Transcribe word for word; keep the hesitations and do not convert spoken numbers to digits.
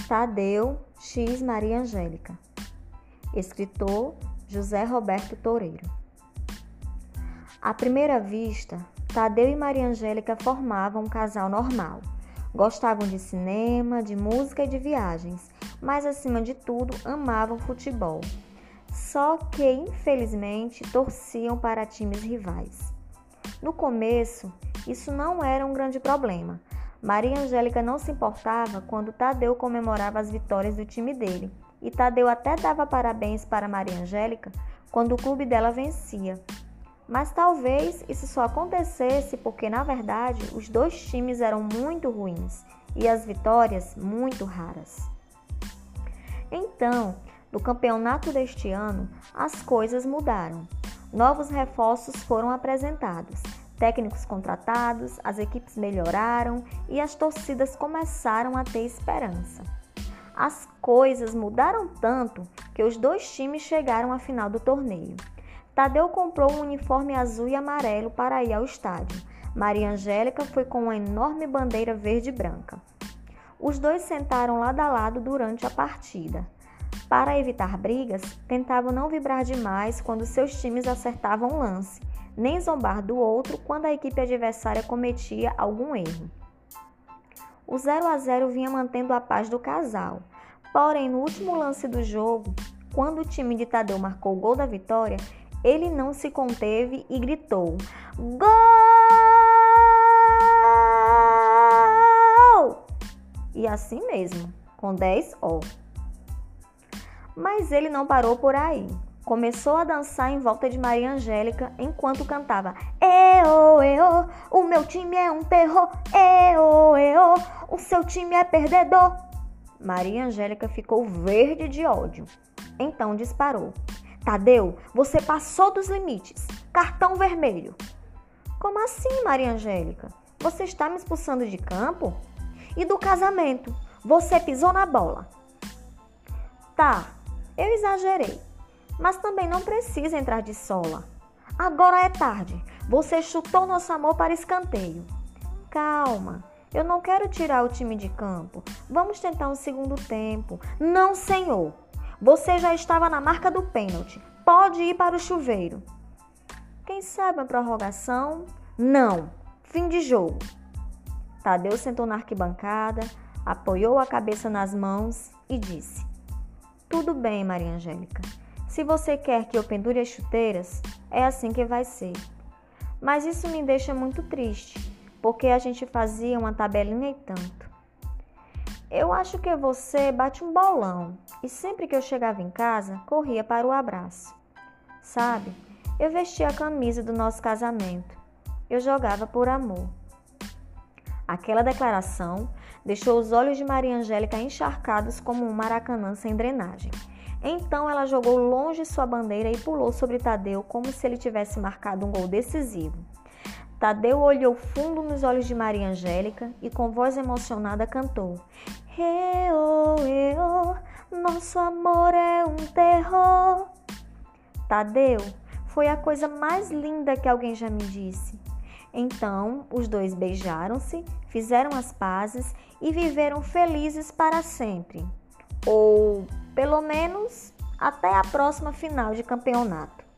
Tadeu x Maria Angélica. Escritor José Roberto Toureiro. À primeira vista, Tadeu e Maria Angélica formavam um casal normal. Gostavam de cinema, de música e de viagens, mas acima de tudo amavam futebol. Só que, infelizmente, torciam para times rivais. No começo, isso não era um grande problema. Maria Angélica não se importava quando Tadeu comemorava as vitórias do time dele, e Tadeu até dava parabéns para Maria Angélica quando o clube dela vencia. Mas talvez isso só acontecesse porque, na verdade, os dois times eram muito ruins e as vitórias muito raras. Então, no campeonato deste ano, as coisas mudaram. Novos reforços foram apresentados, técnicos contratados, as equipes melhoraram e as torcidas começaram a ter esperança. As coisas mudaram tanto que os dois times chegaram à final do torneio. Tadeu comprou um uniforme azul e amarelo para ir ao estádio. Maria Angélica foi com uma enorme bandeira verde e branca. Os dois sentaram lado a lado durante a partida. Para evitar brigas, tentavam não vibrar demais quando seus times acertavam um lance, nem zombar do outro quando a equipe adversária cometia algum erro. O zero a zero vinha mantendo a paz do casal. Porém, no último lance do jogo, quando o time de Tadeu marcou o gol da vitória, ele não se conteve e gritou: "Gol!" E assim mesmo, com dez O. Mas ele não parou por aí. Começou a dançar em volta de Maria Angélica enquanto cantava: "Eo, eo, o meu time é um terror, eo, eo, o seu time é perdedor." Maria Angélica ficou verde de ódio. Então disparou: "Tadeu, você passou dos limites. Cartão vermelho." "Como assim, Maria Angélica? Você está me expulsando de campo? E do casamento? Você pisou na bola." "Tá, eu exagerei. Mas também não precisa entrar de sola. Agora é tarde. Você chutou nosso amor para escanteio." "Calma, eu não quero tirar o time de campo. Vamos tentar um segundo tempo." "Não, senhor. Você já estava na marca do pênalti. Pode ir para o chuveiro." "Quem sabe uma prorrogação?" "Não. Fim de jogo." Tadeu sentou na arquibancada, apoiou a cabeça nas mãos e disse: "Tudo bem, Maria Angélica. Se você quer que eu pendure as chuteiras, é assim que vai ser. Mas isso me deixa muito triste, porque a gente fazia uma tabelinha e tanto. Eu acho que você bate um bolão e sempre que eu chegava em casa, corria para o abraço. Sabe, eu vestia a camisa do nosso casamento. Eu jogava por amor." Aquela declaração deixou os olhos de Maria Angélica encharcados como um maracanã sem drenagem. Então ela jogou longe sua bandeira e pulou sobre Tadeu como se ele tivesse marcado um gol decisivo. Tadeu olhou fundo nos olhos de Maria Angélica e com voz emocionada cantou: "Eo, eo, nosso amor é um terror." Tadeu, foi a coisa mais linda que alguém já me disse. Então, os dois beijaram-se, fizeram as pazes e viveram felizes para sempre. Ou, pelo menos, até a próxima final de campeonato.